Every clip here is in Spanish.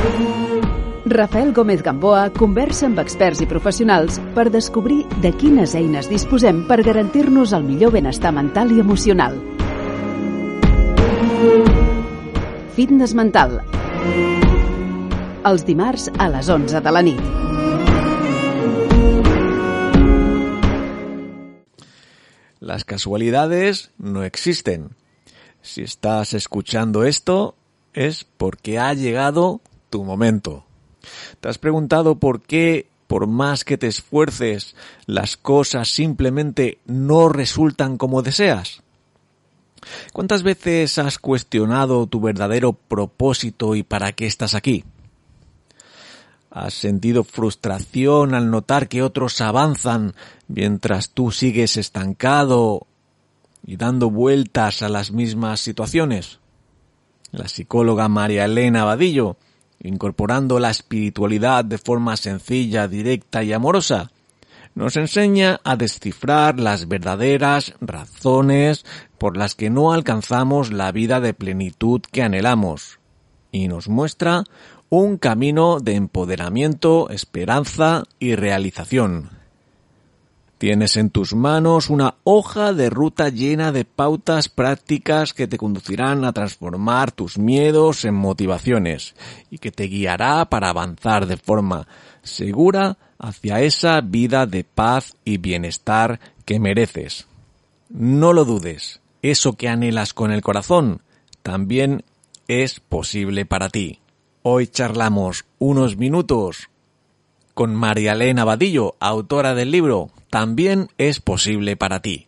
Rafael Gómez Gamboa conversa amb experts i professionals per descobrir de quines eines disposem per garantir-nos el millor benestar mental i emocional. Fitness mental. Els dimarts a les 11 de la nit. Las casualidades no existen. Si estás escuchando esto, es porque ha llegado tu momento. ¿Te has preguntado por qué, por más que te esfuerces, las cosas simplemente no resultan como deseas? ¿Cuántas veces has cuestionado tu verdadero propósito y para qué estás aquí? ¿Has sentido frustración al notar que otros avanzan mientras tú sigues estancado y dando vueltas a las mismas situaciones? La psicóloga María Elena Vadillo, incorporando la espiritualidad de forma sencilla, directa y amorosa, nos enseña a descifrar las verdaderas razones por las que no alcanzamos la vida de plenitud que anhelamos y nos muestra un camino de empoderamiento, esperanza y realización. Tienes en tus manos una hoja de ruta llena de pautas prácticas que te conducirán a transformar tus miedos en motivaciones y que te guiará para avanzar de forma segura hacia esa vida de paz y bienestar que mereces. No lo dudes, eso que anhelas con el corazón también es posible para ti. Hoy charlamos unos minutos con María Elena Vadillo, autora del libro También es posible para ti.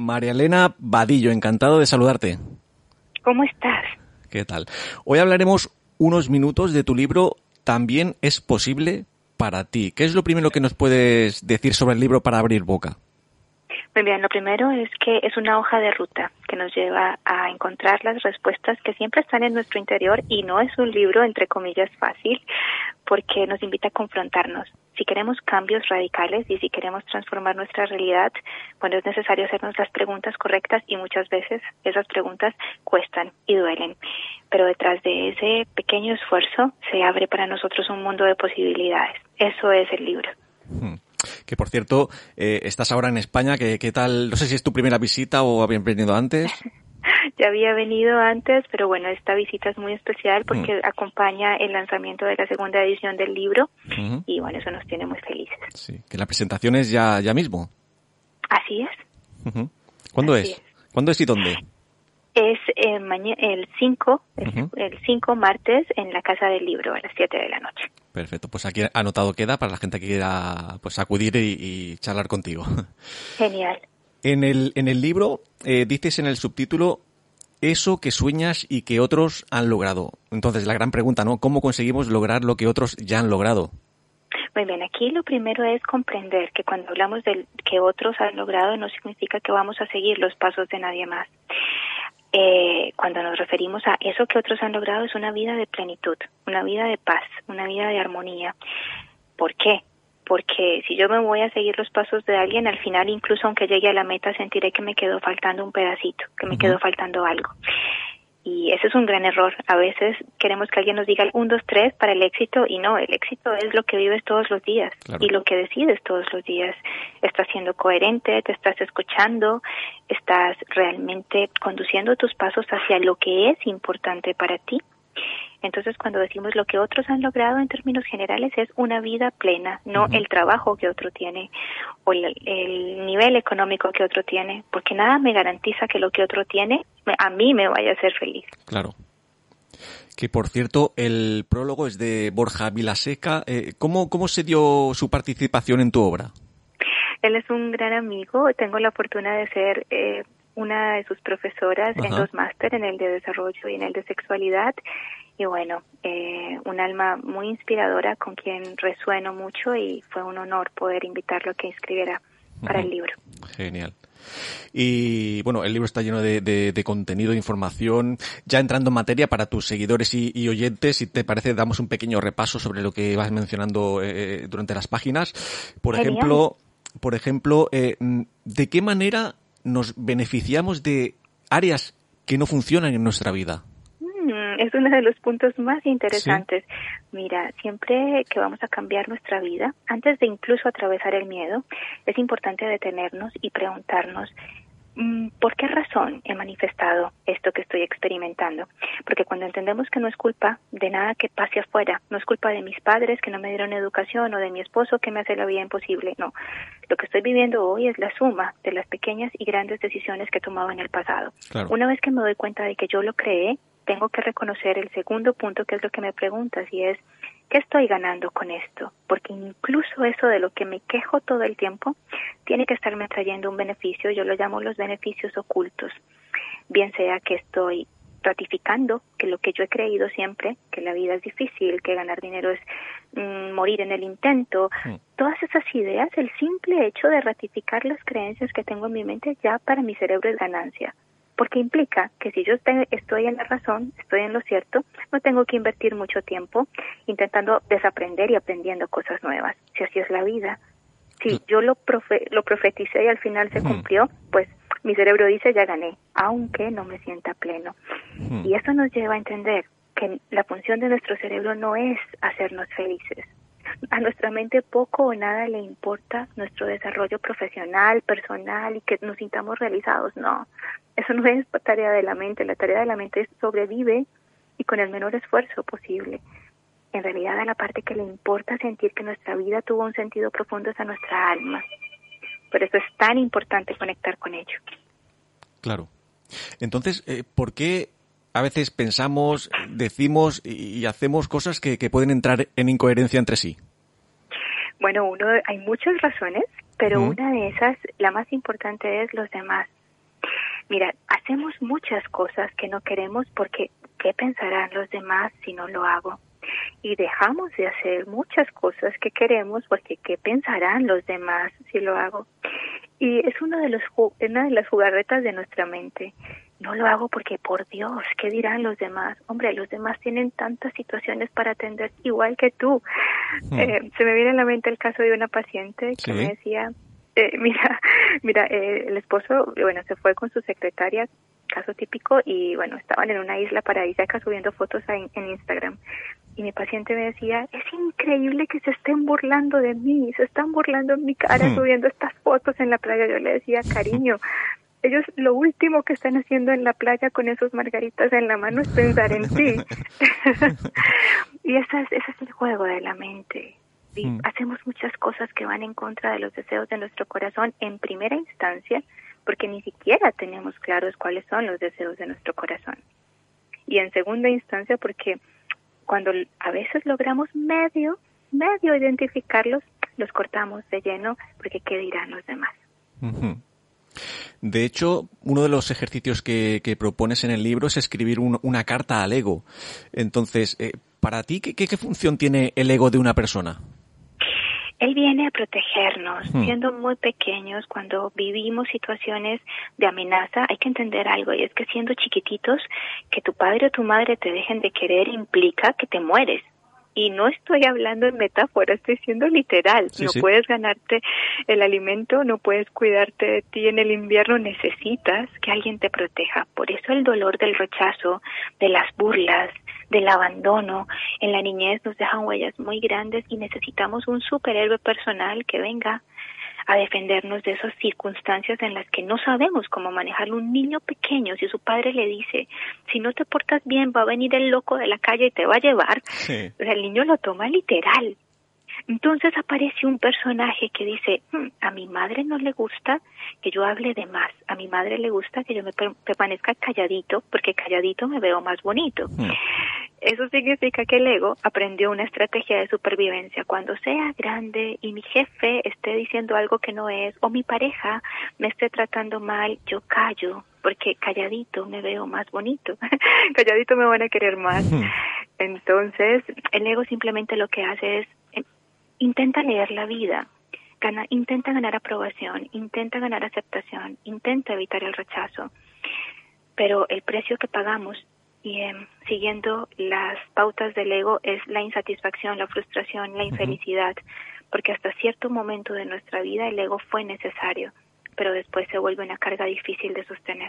María Elena Vadillo, encantado de saludarte. ¿Cómo estás? ¿Qué tal? Hoy hablaremos unos minutos de tu libro También es posible para ti. ¿Qué es lo primero que nos puedes decir sobre el libro para abrir boca? Muy bien, lo primero es que es una hoja de ruta que nos lleva a encontrar las respuestas que siempre están en nuestro interior, y no es un libro, entre comillas, fácil, porque nos invita a confrontarnos. Si queremos cambios radicales y si queremos transformar nuestra realidad, bueno, es necesario hacernos las preguntas correctas, y muchas veces esas preguntas cuestan y duelen. Pero detrás de ese pequeño esfuerzo se abre para nosotros un mundo de posibilidades. Eso es el libro. Que, por cierto, estás ahora en España. ¿Qué tal? No sé si es tu primera visita o habías venido antes. Ya había venido antes, pero bueno, esta visita es muy especial porque acompaña el lanzamiento de la segunda edición del libro y bueno, eso nos tiene muy felices. Sí, que la presentación es ya mismo. Así es. ¿Cuándo Así es? ¿Cuándo es y dónde? Es el 5, el 5 martes en la Casa del Libro a las 7 de la noche. Perfecto, pues aquí anotado queda para la gente que quiera pues acudir y charlar contigo. Genial. En el libro dices en el subtítulo eso que sueñas y que otros han logrado. Entonces la gran pregunta, ¿no? ¿Cómo conseguimos lograr lo que otros ya han logrado? Muy bien, aquí lo primero es comprender que cuando hablamos de que otros han logrado no significa que vamos a seguir los pasos de nadie más. Cuando nos referimos a eso que otros han logrado es una vida de plenitud, una vida de paz, una vida de armonía. ¿Por qué? Porque si yo me voy a seguir los pasos de alguien, al final, incluso aunque llegue a la meta, sentiré que me quedó faltando un pedacito, que me quedó faltando algo. Y ese es un gran error. A veces queremos que alguien nos diga 1, 2, 3 para el éxito, y no, el éxito es lo que vives todos los días, claro, y lo que decides todos los días. Estás siendo coherente, te estás escuchando, estás realmente conduciendo tus pasos hacia lo que es importante para ti. Entonces, cuando decimos lo que otros han logrado en términos generales es una vida plena, no el trabajo que otro tiene o el nivel económico que otro tiene, porque nada me garantiza que lo que otro tiene a mí me vaya a hacer feliz. Claro. Que, por cierto, el prólogo es de Borja Vilaseca. ¿Cómo se dio su participación en tu obra? Él es un gran amigo. Tengo la fortuna de ser una de sus profesoras en 2 máster, en el de desarrollo y en el de sexualidad. Y bueno, un alma muy inspiradora con quien resueno mucho, y fue un honor poder invitarlo a que escribiera para el libro. Genial. Y bueno, el libro está lleno de contenido, de información. Ya entrando en materia para tus seguidores y oyentes, si te parece, damos un pequeño repaso sobre lo que vas mencionando durante las páginas. Por ejemplo, ¿de qué manera nos beneficiamos de áreas que no funcionan en nuestra vida? Es uno de los puntos más interesantes. ¿Sí? Mira, siempre que vamos a cambiar nuestra vida, antes de incluso atravesar el miedo, es importante detenernos y preguntarnos ¿por qué razón he manifestado esto que estoy experimentando? Porque cuando entendemos que no es culpa de nada que pase afuera, no es culpa de mis padres que no me dieron educación o de mi esposo que me hace la vida imposible, no. Lo que estoy viviendo hoy es la suma de las pequeñas y grandes decisiones que he tomado en el pasado. Claro. Una vez que me doy cuenta de que yo lo creé, tengo que reconocer el segundo punto, que es lo que me preguntas, y es, ¿qué estoy ganando con esto? Porque incluso eso de lo que me quejo todo el tiempo tiene que estarme trayendo un beneficio. Yo lo llamo los beneficios ocultos. Bien sea que estoy ratificando que lo que yo he creído siempre, que la vida es difícil, que ganar dinero es morir en el intento. Todas esas ideas, el simple hecho de ratificar las creencias que tengo en mi mente, ya para mi cerebro es ganancia. Porque implica que si yo estoy en la razón, estoy en lo cierto, no tengo que invertir mucho tiempo intentando desaprender y aprendiendo cosas nuevas. Si así es la vida, si yo lo profeticé y al final se cumplió, pues mi cerebro dice ya gané, aunque no me sienta pleno. Y eso nos lleva a entender que la función de nuestro cerebro no es hacernos felices. A nuestra mente poco o nada le importa nuestro desarrollo profesional, personal y que nos sintamos realizados. No, eso no es tarea de la mente. La tarea de la mente es sobrevive y con el menor esfuerzo posible. En realidad, a la parte que le importa sentir que nuestra vida tuvo un sentido profundo es a nuestra alma. Por eso es tan importante conectar con ello. Claro. Entonces, ¿por qué a veces pensamos, decimos y hacemos cosas que pueden entrar en incoherencia entre sí? Bueno, hay muchas razones, pero una de esas, la más importante, es los demás. Mira, hacemos muchas cosas que no queremos porque ¿qué pensarán los demás si no lo hago? Y dejamos de hacer muchas cosas que queremos porque ¿qué pensarán los demás si lo hago? Y es una de las jugarretas de nuestra mente. No lo hago porque, por Dios, ¿qué dirán los demás? Hombre, los demás tienen tantas situaciones para atender igual que tú. Se me viene a la mente el caso de una paciente que me decía, mira, el esposo, se fue con su secretaria, caso típico, y estaban en una isla paradisíaca subiendo fotos en Instagram. Y mi paciente me decía, es increíble que se estén burlando de mí, se están burlando en mi cara subiendo estas fotos en la playa. Yo le decía, cariño, ellos lo último que están haciendo en la playa con esos margaritas en la mano es pensar en ti. Y ese es el juego de la mente. Y hacemos muchas cosas que van en contra de los deseos de nuestro corazón en primera instancia, porque ni siquiera tenemos claros cuáles son los deseos de nuestro corazón. Y en segunda instancia, porque cuando a veces logramos medio identificarlos, los cortamos de lleno, porque ¿qué dirán los demás? De hecho, uno de los ejercicios que propones en el libro es escribir una carta al ego. Entonces, para ti, ¿qué función tiene el ego de una persona? Él viene a protegernos. Siendo muy pequeños, cuando vivimos situaciones de amenaza, hay que entender algo, y es que siendo chiquititos, que tu padre o tu madre te dejen de querer implica que te mueres. Y no estoy hablando en metáfora, estoy siendo literal. Puedes ganarte el alimento, no puedes cuidarte de ti en el invierno, necesitas que alguien te proteja. Por eso el dolor del rechazo, de las burlas, del abandono, en la niñez nos dejan huellas muy grandes y necesitamos un superhéroe personal que venga a defendernos de esas circunstancias en las que no sabemos cómo manejarlo. Un niño pequeño, si su padre le dice, si no te portas bien, va a venir el loco de la calle y te va a llevar, el niño lo toma literal. Entonces aparece un personaje que dice, a mi madre no le gusta que yo hable de más, a mi madre le gusta que yo me permanezca calladito, porque calladito me veo más bonito. Eso significa que el ego aprendió una estrategia de supervivencia. Cuando sea grande y mi jefe esté diciendo algo que no es, o mi pareja me esté tratando mal, yo callo, porque calladito me veo más bonito. Calladito me van a querer más. Entonces, el ego simplemente lo que hace es intenta leer la vida, intenta ganar aprobación, intenta ganar aceptación, intenta evitar el rechazo. Pero el precio que pagamos y siguiendo las pautas del ego es la insatisfacción, la frustración, la infelicidad, porque hasta cierto momento de nuestra vida el ego fue necesario, pero después se vuelve una carga difícil de sostener.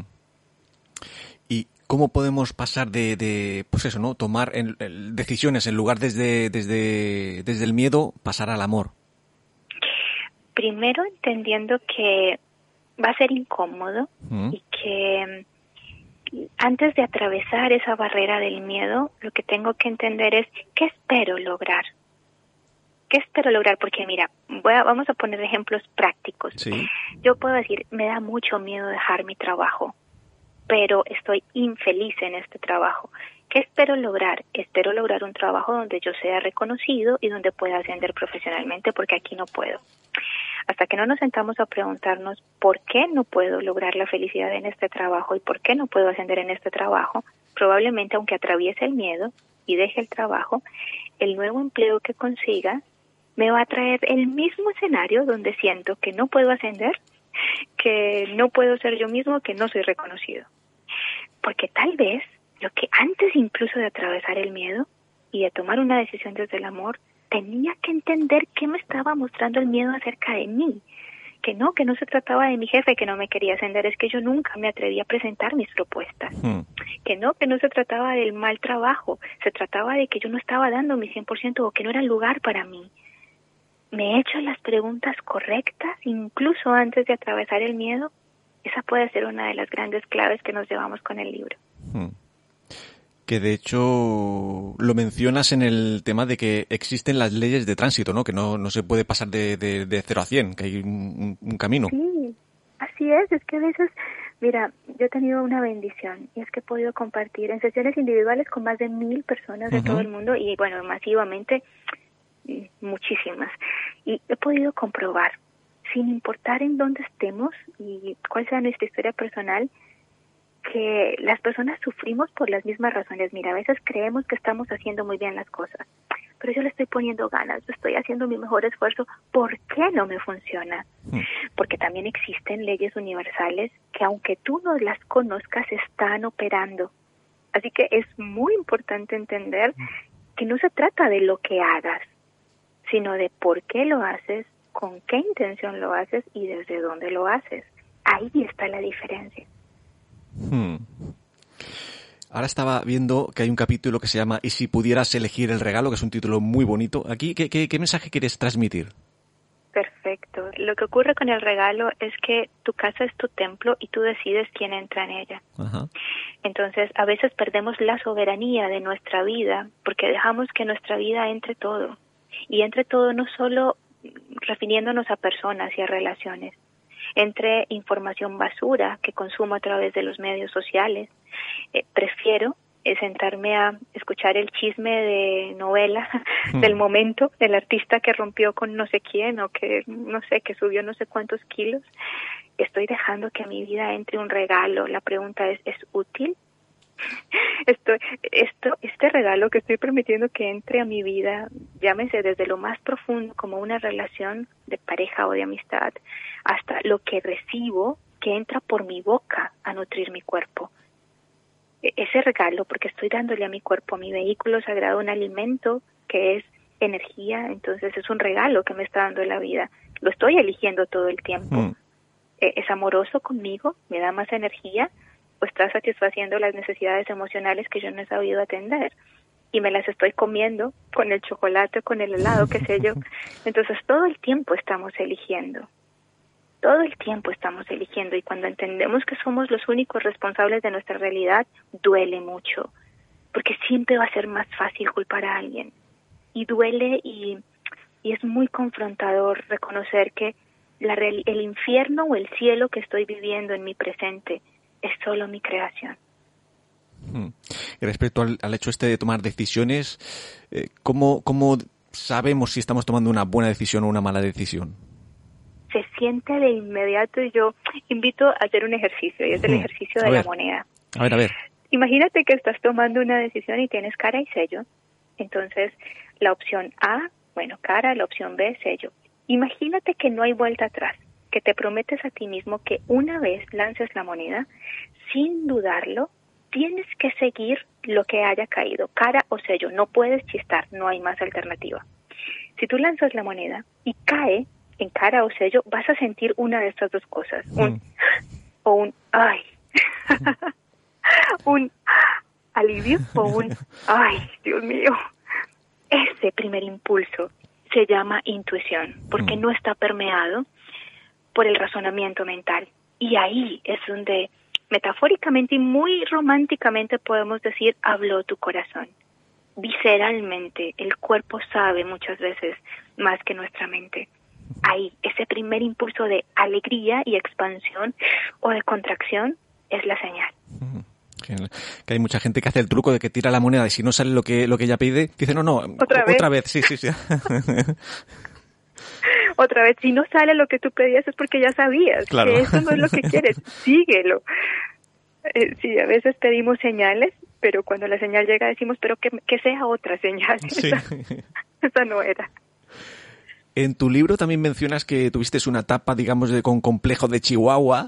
¿Y cómo podemos pasar de pues eso, ¿no? Tomar decisiones en lugar desde el miedo, pasar al amor? Primero entendiendo que va a ser incómodo y que antes de atravesar esa barrera del miedo, lo que tengo que entender es ¿qué espero lograr? ¿Qué espero lograr? Porque mira, vamos a poner ejemplos prácticos. Yo puedo decir, me da mucho miedo dejar mi trabajo, pero estoy infeliz en este trabajo. ¿Qué espero lograr? Espero lograr un trabajo donde yo sea reconocido y donde pueda ascender profesionalmente, porque aquí no puedo. Hasta que no nos sentamos a preguntarnos por qué no puedo lograr la felicidad en este trabajo y por qué no puedo ascender en este trabajo, probablemente aunque atraviese el miedo y deje el trabajo, el nuevo empleo que consiga me va a traer el mismo escenario donde siento que no puedo ascender, que no puedo ser yo mismo, que no soy reconocido. Porque tal vez lo que antes incluso de atravesar el miedo y de tomar una decisión desde el amor, tenía que entender qué me estaba mostrando el miedo acerca de mí. Que no se trataba de mi jefe que no me quería ascender, es que yo nunca me atreví a presentar mis propuestas. Que no se trataba del mal trabajo, se trataba de que yo no estaba dando mi 100% o que no era el lugar para mí. ¿Me he hecho las preguntas correctas incluso antes de atravesar el miedo? Esa puede ser una de las grandes claves que nos llevamos con el libro. Que de hecho lo mencionas en el tema de que existen las leyes de tránsito, ¿no? Que no se puede pasar de 0 a 100, que hay un camino. Sí, así es que a veces, mira, yo he tenido una bendición y es que he podido compartir en sesiones individuales con más de 1,000 personas de todo el mundo y masivamente muchísimas. Y he podido comprobar sin importar en dónde estemos y cuál sea nuestra historia personal, que las personas sufrimos por las mismas razones. Mira, a veces creemos que estamos haciendo muy bien las cosas, pero yo le estoy poniendo ganas, yo estoy haciendo mi mejor esfuerzo. ¿Por qué no me funciona? Porque también existen leyes universales que, aunque tú no las conozcas, están operando. Así que es muy importante entender que no se trata de lo que hagas, sino de por qué lo haces, con qué intención lo haces y desde dónde lo haces. Ahí está la diferencia. Ahora estaba viendo que hay un capítulo que se llama ¿Y si pudieras elegir el regalo?, que es un título muy bonito. Aquí, ¿qué mensaje quieres transmitir? Perfecto. Lo que ocurre con el regalo es que tu casa es tu templo y tú decides quién entra en ella. Ajá. Entonces, a veces perdemos la soberanía de nuestra vida porque dejamos que nuestra vida entre todo. Y entre todo no solo refiriéndonos a personas y a relaciones, entre información basura que consumo a través de los medios sociales. Prefiero sentarme a escuchar el chisme de novela del momento, del artista que rompió con no sé quién o que, no sé, que subió no sé cuántos kilos. Estoy dejando que a mi vida entre un regalo. La pregunta ¿es útil? Este regalo que estoy permitiendo que entre a mi vida, llámese desde lo más profundo como una relación de pareja o de amistad, hasta lo que recibo que entra por mi boca a nutrir mi cuerpo. Ese regalo, porque estoy dándole a mi cuerpo, a mi vehículo sagrado, un alimento que es energía, entonces es un regalo que me está dando la vida. Lo estoy eligiendo todo el tiempo. ¿Es amoroso conmigo? ¿Me da más energía? ¿O está satisfaciendo las necesidades emocionales que yo no he sabido atender? Y me las estoy comiendo con el chocolate, con el helado, qué sé yo. Entonces todo el tiempo estamos eligiendo. Todo el tiempo estamos eligiendo, y cuando entendemos que somos los únicos responsables de nuestra realidad, duele mucho, porque siempre va a ser más fácil culpar a alguien. Y duele y es muy confrontador reconocer que el infierno o el cielo que estoy viviendo en mi presente es solo mi creación. Y respecto al hecho de tomar decisiones, ¿cómo sabemos si estamos tomando una buena decisión o una mala decisión? Se siente de inmediato, y yo invito a hacer un ejercicio, y es el ejercicio de la moneda. A ver. Imagínate que estás tomando una decisión y tienes cara y sello. Entonces, la opción A, cara, la opción B, sello. Imagínate que no hay vuelta atrás, que te prometes a ti mismo que una vez lances la moneda, sin dudarlo, tienes que seguir lo que haya caído, cara o sello. No puedes chistar, no hay más alternativa. Si tú lanzas la moneda y cae en cara o sello, vas a sentir una de estas dos cosas, un ay, un alivio o un ay, Dios mío. Ese primer impulso se llama intuición, porque no está permeado por el razonamiento mental. Y ahí es donde metafóricamente y muy románticamente podemos decir, habló tu corazón. Visceralmente, el cuerpo sabe muchas veces más que nuestra mente. Ahí, ese primer impulso de alegría y expansión o de contracción es la señal. Que hay mucha gente que hace el truco de que tira la moneda y si no sale lo que ella pide, dice no, otra vez, sí. Otra vez, si no sale lo que tú pedías es porque ya sabías que eso no es lo que quieres, síguelo. Sí, a veces pedimos señales, pero cuando la señal llega decimos, pero que sea otra señal, sí. Esa no era. En tu libro también mencionas que tuviste una etapa, digamos, con complejo de Chihuahua.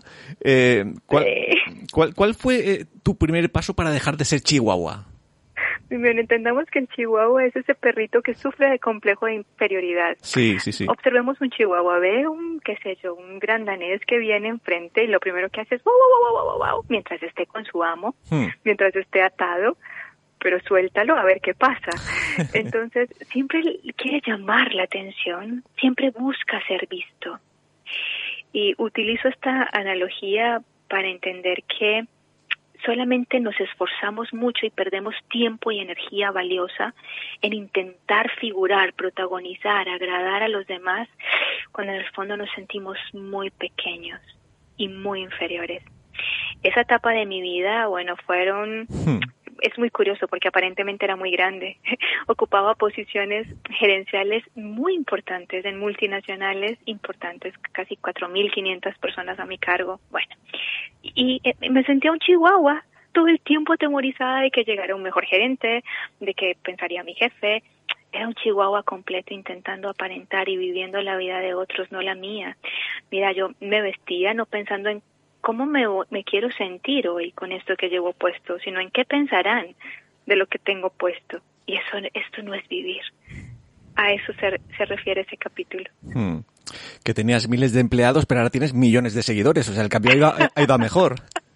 ¿Cuál fue tu primer paso para dejar de ser Chihuahua? Bien, entendamos que el Chihuahua es ese perrito que sufre de complejo de inferioridad. Sí. Observemos un Chihuahua, ve un gran danés que viene enfrente y lo primero que hace es wow, mientras esté con su amo, mientras esté atado, pero suéltalo a ver qué pasa. Entonces, siempre quiere llamar la atención, siempre busca ser visto. Y utilizo esta analogía para entender que solamente nos esforzamos mucho y perdemos tiempo y energía valiosa en intentar figurar, protagonizar, agradar a los demás, cuando en el fondo nos sentimos muy pequeños y muy inferiores. Esa etapa de mi vida, fueron es muy curioso porque aparentemente era muy grande. Ocupaba posiciones gerenciales muy importantes en multinacionales importantes, casi 4.500 personas a mi cargo. Bueno, y me sentía un chihuahua, todo el tiempo atemorizada de que llegara un mejor gerente, de que pensaría mi jefe. Era un chihuahua completo intentando aparentar y viviendo la vida de otros, no la mía. Mira, yo me vestía no pensando en cómo me quiero sentir hoy con esto que llevo puesto, sino en qué pensarán de lo que tengo puesto. Y esto no es vivir. A eso se refiere ese capítulo. Que tenías miles de empleados, pero ahora tienes millones de seguidores. O sea, el cambio ha ido a mejor.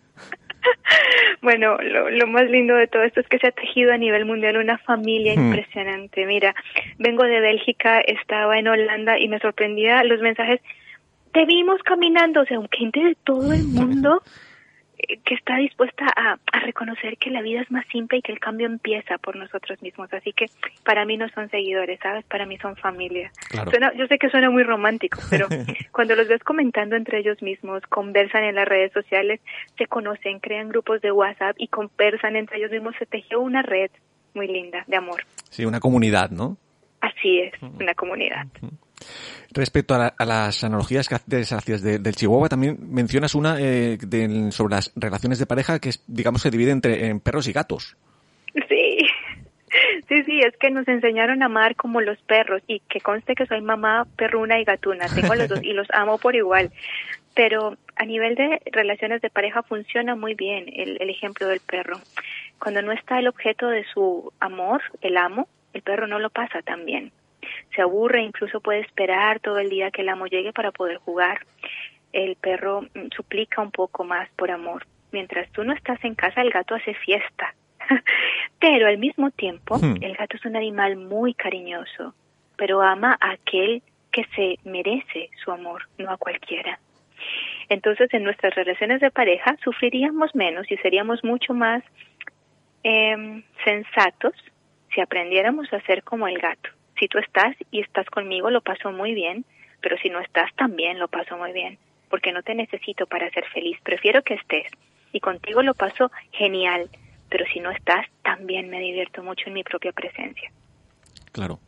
Bueno, lo más lindo de todo esto es que se ha tejido a nivel mundial una familia impresionante. Mira, vengo de Bélgica, estaba en Holanda y me sorprendía los mensajes. Te vimos caminando, o sea, gente de todo el mundo que está dispuesta a reconocer que la vida es más simple y que el cambio empieza por nosotros mismos. Así que para mí no son seguidores, ¿sabes? Para mí son familia. Claro. Yo sé que suena muy romántico, pero cuando los ves comentando entre ellos mismos, conversan en las redes sociales, se conocen, crean grupos de WhatsApp y conversan entre ellos mismos, se tejió una red muy linda de amor. Sí, una comunidad, ¿no? Así es, una comunidad. Respecto a las analogías que hacías del Chihuahua, también mencionas una sobre las relaciones de pareja que digamos se divide en perros y gatos. Sí, es que nos enseñaron a amar como los perros y que conste que soy mamá perruna y gatuna, tengo los dos y los amo por igual, pero a nivel de relaciones de pareja funciona muy bien el ejemplo del perro. Cuando no está el objeto de su amor, el amo, el perro no lo pasa tan bien. Se aburre, incluso puede esperar todo el día que el amo llegue para poder jugar. El perro suplica un poco más por amor. Mientras tú no estás en casa, el gato hace fiesta. Pero al mismo tiempo, el gato es un animal muy cariñoso, pero ama a aquel que se merece su amor, no a cualquiera. Entonces, en nuestras relaciones de pareja sufriríamos menos y seríamos mucho más sensatos si aprendiéramos a ser como el gato. Si tú estás y estás conmigo, lo paso muy bien, pero si no estás, también lo paso muy bien, porque no te necesito para ser feliz, prefiero que estés, y contigo lo paso genial, pero si no estás, también me divierto mucho en mi propia presencia. Claro.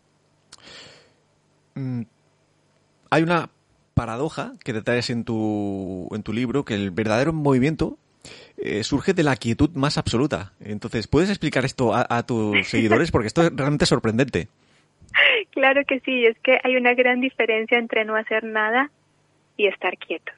Hay una paradoja que detallas en tu libro, que el verdadero movimiento surge de la quietud más absoluta. Entonces, ¿puedes explicar esto a tus seguidores? Porque esto es realmente sorprendente. Claro que sí, es que hay una gran diferencia entre no hacer nada y estar quieto.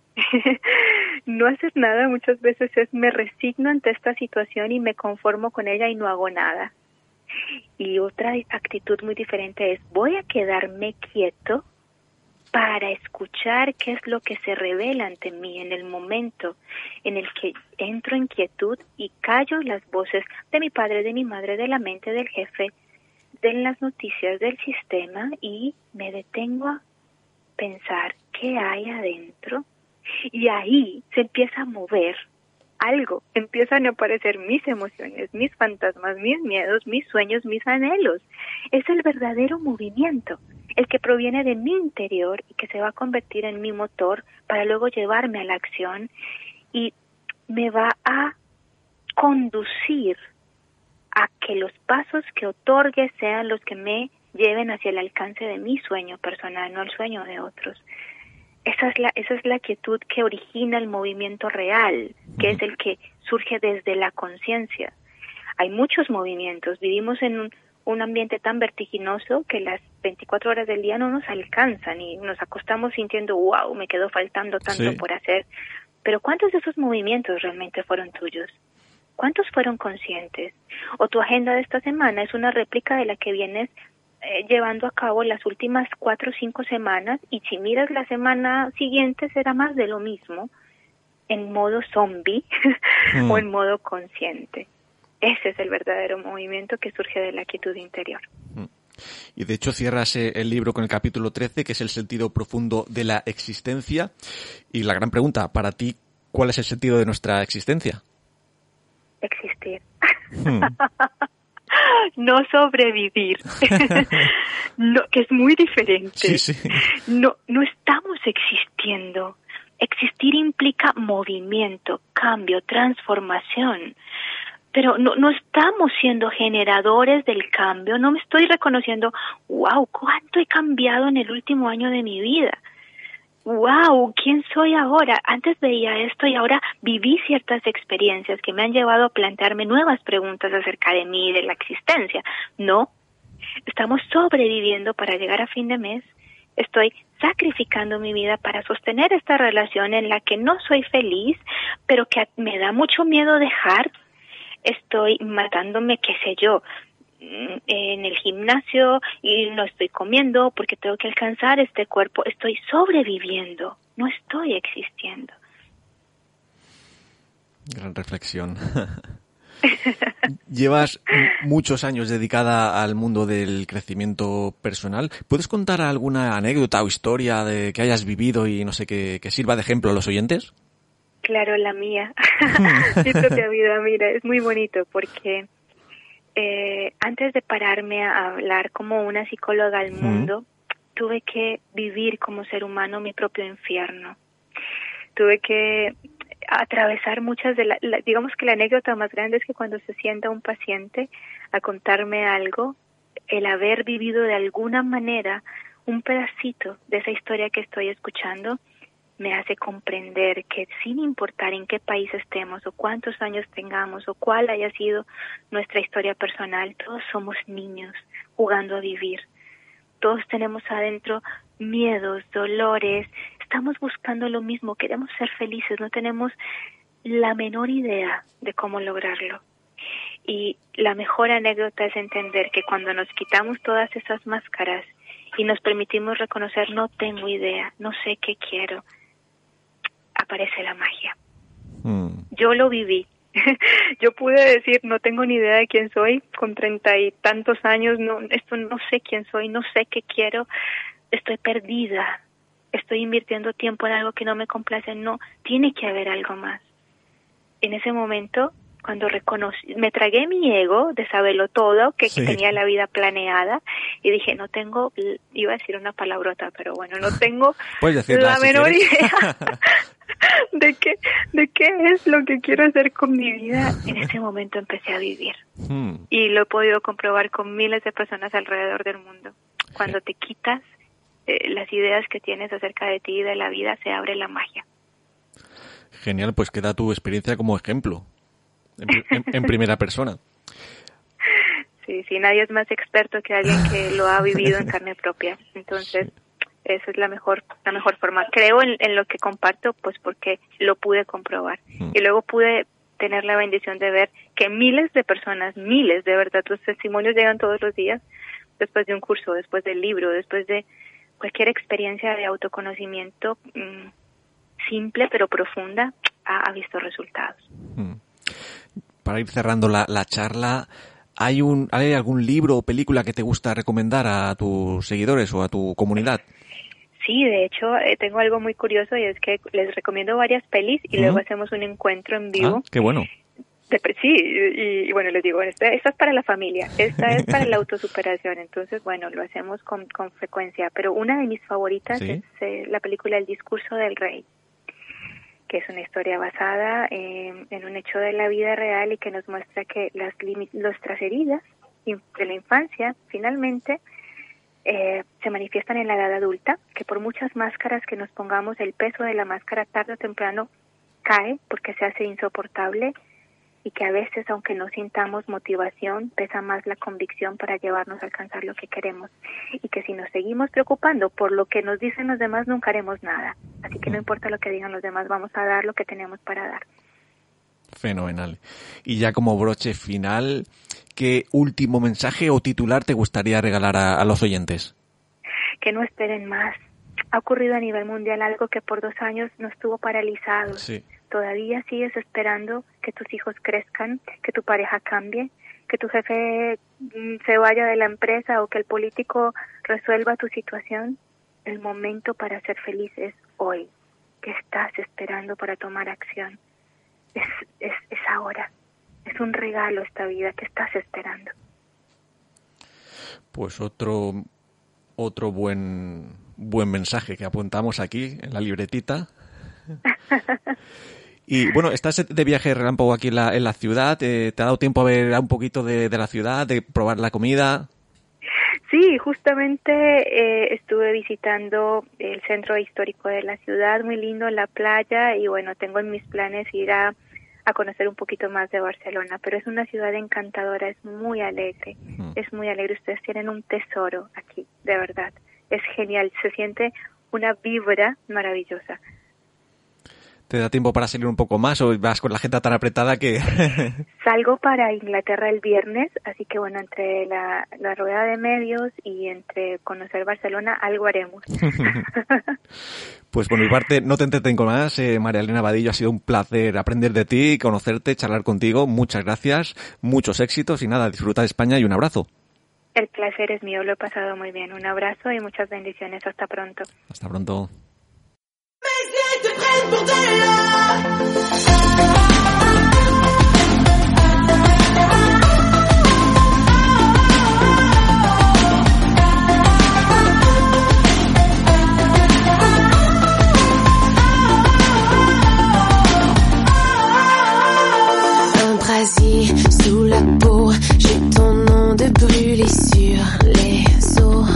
No hacer nada muchas veces es me resigno ante esta situación y me conformo con ella y no hago nada. Y otra actitud muy diferente es voy a quedarme quieto para escuchar qué es lo que se revela ante mí en el momento en el que entro en quietud y callo las voces de mi padre, de mi madre, de la mente, del jefe, de las noticias del sistema y me detengo a pensar qué hay adentro y ahí se empieza a mover algo, empiezan a aparecer mis emociones, mis fantasmas, mis miedos, mis sueños, mis anhelos. Es el verdadero movimiento, el que proviene de mi interior y que se va a convertir en mi motor para luego llevarme a la acción y me va a conducir a que los pasos que otorgue sean los que me lleven hacia el alcance de mi sueño personal, no el sueño de otros. Esa es la quietud que origina el movimiento real, que es el que surge desde la conciencia. Hay muchos movimientos, vivimos en un ambiente tan vertiginoso que las 24 horas del día no nos alcanzan y nos acostamos sintiendo, wow, me quedó faltando tanto por hacer. Pero ¿cuántos de esos movimientos realmente fueron tuyos? ¿Cuántos fueron conscientes? ¿O tu agenda de esta semana es una réplica de la que vienes llevando a cabo las últimas 4 o 5 semanas? Y si miras la semana siguiente será más de lo mismo, en modo zombie o en modo consciente. Ese es el verdadero movimiento que surge de la quietud interior. Y de hecho cierras el libro con el capítulo 13, que es el sentido profundo de la existencia. Y la gran pregunta, para ti, ¿cuál es el sentido de nuestra existencia? Existir. No sobrevivir. No, que es muy diferente. Sí. No estamos existiendo. Existir implica movimiento, cambio, transformación. pero no estamos siendo generadores del cambio. No me estoy reconociendo, wow, cuánto he cambiado en el último año de mi vida. Wow, ¿quién soy ahora? Antes veía esto y ahora viví ciertas experiencias que me han llevado a plantearme nuevas preguntas acerca de mí y de la existencia. No, estamos sobreviviendo para llegar a fin de mes. Estoy sacrificando mi vida para sostener esta relación en la que no soy feliz, pero que me da mucho miedo dejar. Estoy matándome, qué sé yo, en el gimnasio y no estoy comiendo porque tengo que alcanzar este cuerpo. Estoy sobreviviendo, no estoy existiendo. Gran reflexión. Llevas muchos años dedicada al mundo del crecimiento personal. ¿Puedes contar alguna anécdota o historia de que hayas vivido y no sé, que sirva de ejemplo a los oyentes? Claro, la mía. Mi propia vida, mira, es muy bonito porque antes de pararme a hablar como una psicóloga al mundo, tuve que vivir como ser humano mi propio infierno. Tuve que atravesar muchas de digamos que la anécdota más grande es que cuando se sienta un paciente a contarme algo, el haber vivido de alguna manera un pedacito de esa historia que estoy escuchando, me hace comprender que sin importar en qué país estemos o cuántos años tengamos o cuál haya sido nuestra historia personal, todos somos niños jugando a vivir. Todos tenemos adentro miedos, dolores, estamos buscando lo mismo, queremos ser felices, no tenemos la menor idea de cómo lograrlo. Y la mejor anécdota es entender que cuando nos quitamos todas esas máscaras y nos permitimos reconocer, no tengo idea, no sé qué quiero, aparece la magia. Yo lo viví. Yo pude decir, no tengo ni idea de quién soy, con 30 y tantos años, no sé quién soy, no sé qué quiero, estoy perdida, estoy invirtiendo tiempo en algo que no me complace, no, tiene que haber algo más. En ese momento, cuando reconocí, me tragué mi ego de saberlo todo, que tenía la vida planeada, y dije, no tengo, iba a decir una palabrota, pero bueno, no tengo la menor idea de qué es lo que quiero hacer con mi vida. En ese momento empecé a vivir. Y lo he podido comprobar con miles de personas alrededor del mundo. Cuando te quitas las ideas que tienes acerca de ti y de la vida, se abre la magia. Genial, pues queda tu experiencia como ejemplo, en primera persona. Sí, nadie es más experto que alguien que lo ha vivido en carne propia. Entonces, esa es la mejor forma. Creo en lo que comparto, pues porque lo pude comprobar. Y luego pude tener la bendición de ver que miles de personas, de verdad, tus testimonios llegan todos los días, después de un curso, después del libro, después de cualquier experiencia de autoconocimiento simple pero profunda, ha visto resultados. Para ir cerrando la charla, ¿hay algún libro o película que te gusta recomendar a tus seguidores o a tu comunidad? Sí, de hecho, tengo algo muy curioso y es que les recomiendo varias pelis y luego hacemos un encuentro en vivo. ¡Qué bueno! Sí, y bueno, les digo, esta es para la familia, esta es para la autosuperación, entonces, bueno, lo hacemos con frecuencia. Pero una de mis favoritas es la película El discurso del rey, que es una historia basada en un hecho de la vida real y que nos muestra que nuestras heridas de la infancia, finalmente, se manifiestan en la edad adulta, que por muchas máscaras que nos pongamos, el peso de la máscara tarde o temprano cae porque se hace insoportable, y que a veces, aunque no sintamos motivación, pesa más la convicción para llevarnos a alcanzar lo que queremos, y que si nos seguimos preocupando por lo que nos dicen los demás, nunca haremos nada. Así que no importa lo que digan los demás, vamos a dar lo que tenemos para dar. Fenomenal. Y ya como broche final, ¿qué último mensaje o titular te gustaría regalar a los oyentes? Que no esperen más. Ha ocurrido a nivel mundial algo que por 2 años nos tuvo paralizados. Sí. Todavía sigues esperando que tus hijos crezcan, que tu pareja cambie, que tu jefe se vaya de la empresa o que el político resuelva tu situación. El momento para ser feliz es hoy. ¿Qué estás esperando para tomar acción? Es ahora. Es un regalo esta vida. ¿Qué estás esperando? Pues otro buen mensaje que apuntamos aquí en la libretita. Y bueno, estás de viaje relámpago aquí en la ciudad. ¿Te ha dado tiempo a ver un poquito de la ciudad, de probar la comida? Sí, justamente estuve visitando el centro histórico de la ciudad, muy lindo, la playa, y bueno, tengo en mis planes ir a conocer un poquito más de Barcelona, pero es una ciudad encantadora, es muy alegre, ustedes tienen un tesoro aquí, de verdad, es genial, se siente una vibra maravillosa. ¿Te da tiempo para salir un poco más o vas con la agenda tan apretada que...? Salgo para Inglaterra el viernes, así que bueno, entre la rueda de medios y entre conocer Barcelona, algo haremos. Pues por mi parte, no te entretengo más. María Elena Vadillo, ha sido un placer aprender de ti, conocerte, charlar contigo. Muchas gracias, muchos éxitos y nada, disfruta de España y un abrazo. El placer es mío, lo he pasado muy bien. Un abrazo y muchas bendiciones. Hasta pronto. Hasta pronto. Un brasier sous la peau, j'ai ton nom de brûlé sur les os.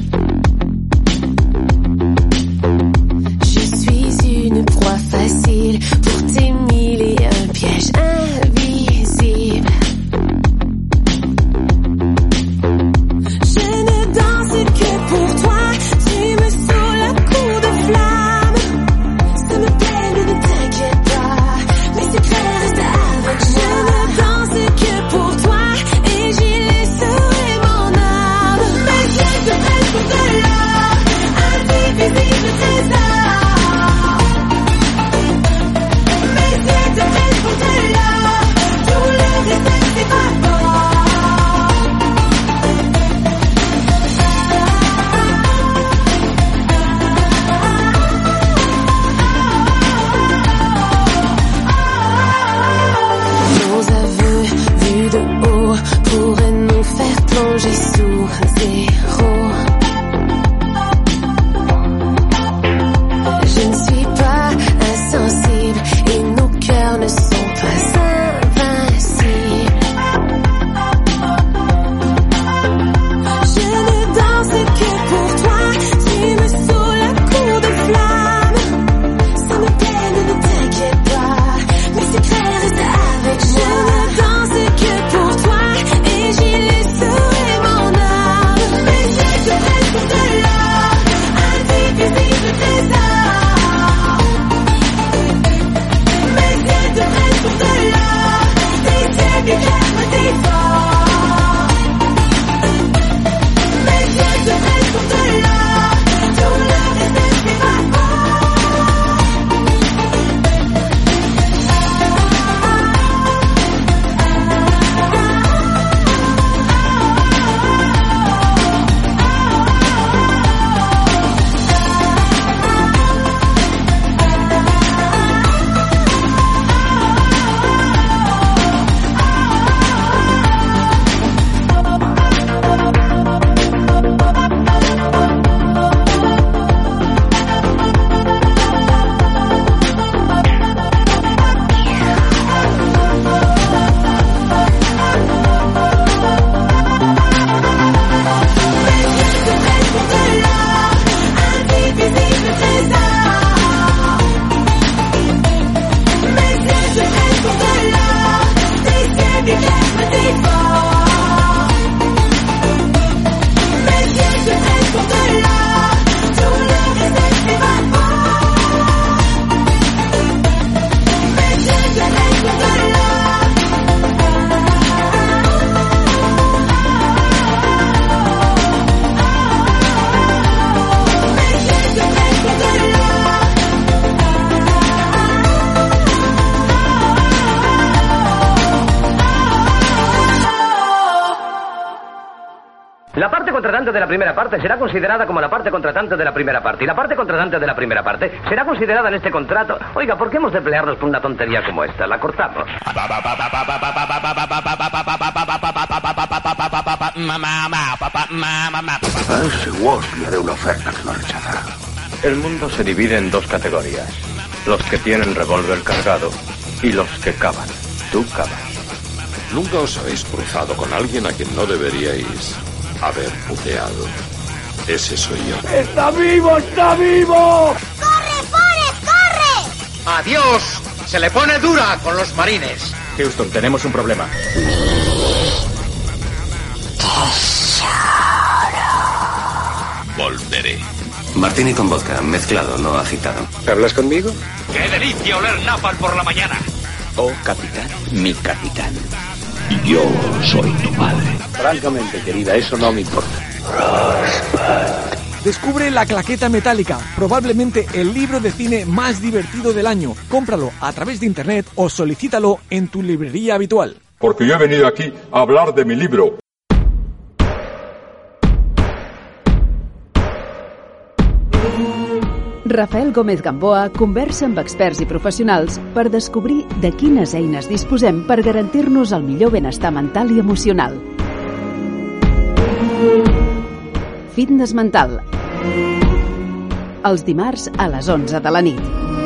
Une proie facile pour tes mille et un pièges invisibles. Je ne danse que pour toi, tu me saoules à coups de flamme. Ça me plaît, mais ne t'inquiète pas, mes secrets restent avec moi. Je ne danse que pour toi et j'y laisserai mon âme. Mes yeux se prennent pour de l'or, indivisible trésor. Pourrait nous faire plonger sous zéro. Je ne suis pas insensible et nos cœurs ne sont pas invincibles. Je ne danse que pour toi, tu me saoules à coups de flamme. Ça me plaît, ne t'inquiète pas, mes secrets restent avec moi. Je ne danse que pour toi. J'y laisserai mon âme. Mes yeux se prennent pour de l'or, indivisible trésor. Mes yeux se prennent pour de l'or, tes yeux qui me dévorent. Mes yeux se prennent pour de l'or, tout le reste c'est pas bon. La parte contratante de la primera parte será considerada como la parte contratante de la primera parte. Y la parte contratante de la primera parte será considerada en este contrato. Oiga, ¿por qué hemos de pelearnos por una tontería como esta? La cortamos. Ese Wall le haré una oferta que no rechazará. El mundo se divide en dos categorías. los que tienen revólver cargado y los que cavan. Tú cavas. Nunca os habéis cruzado con alguien a quien no deberíais haber puteado. Ese soy yo. ¡Está vivo! ¡Está vivo! ¡Corre, Forrest, corre! ¡Adiós! Se le pone dura con los marines. Houston, tenemos un problema. Volveré. Martini con vodka, mezclado, no agitado. ¿Hablas conmigo? ¡Qué delicia oler napalm por la mañana! Oh, capitán, mi capitán. Yo soy tu padre. Francamente, querida, eso no me importa. Descubre La Claqueta Metálica, probablemente el libro de cine más divertido del año. Cómpralo a través de internet o solicítalo en tu librería habitual. Porque yo he venido aquí a hablar de mi libro. Rafael Gómez Gamboa conversa amb experts i professionals per descobrir de quines eines disposem per garantir-nos el millor benestar mental i emocional. Fitness mental. Els dimarts a les 11 de la nit.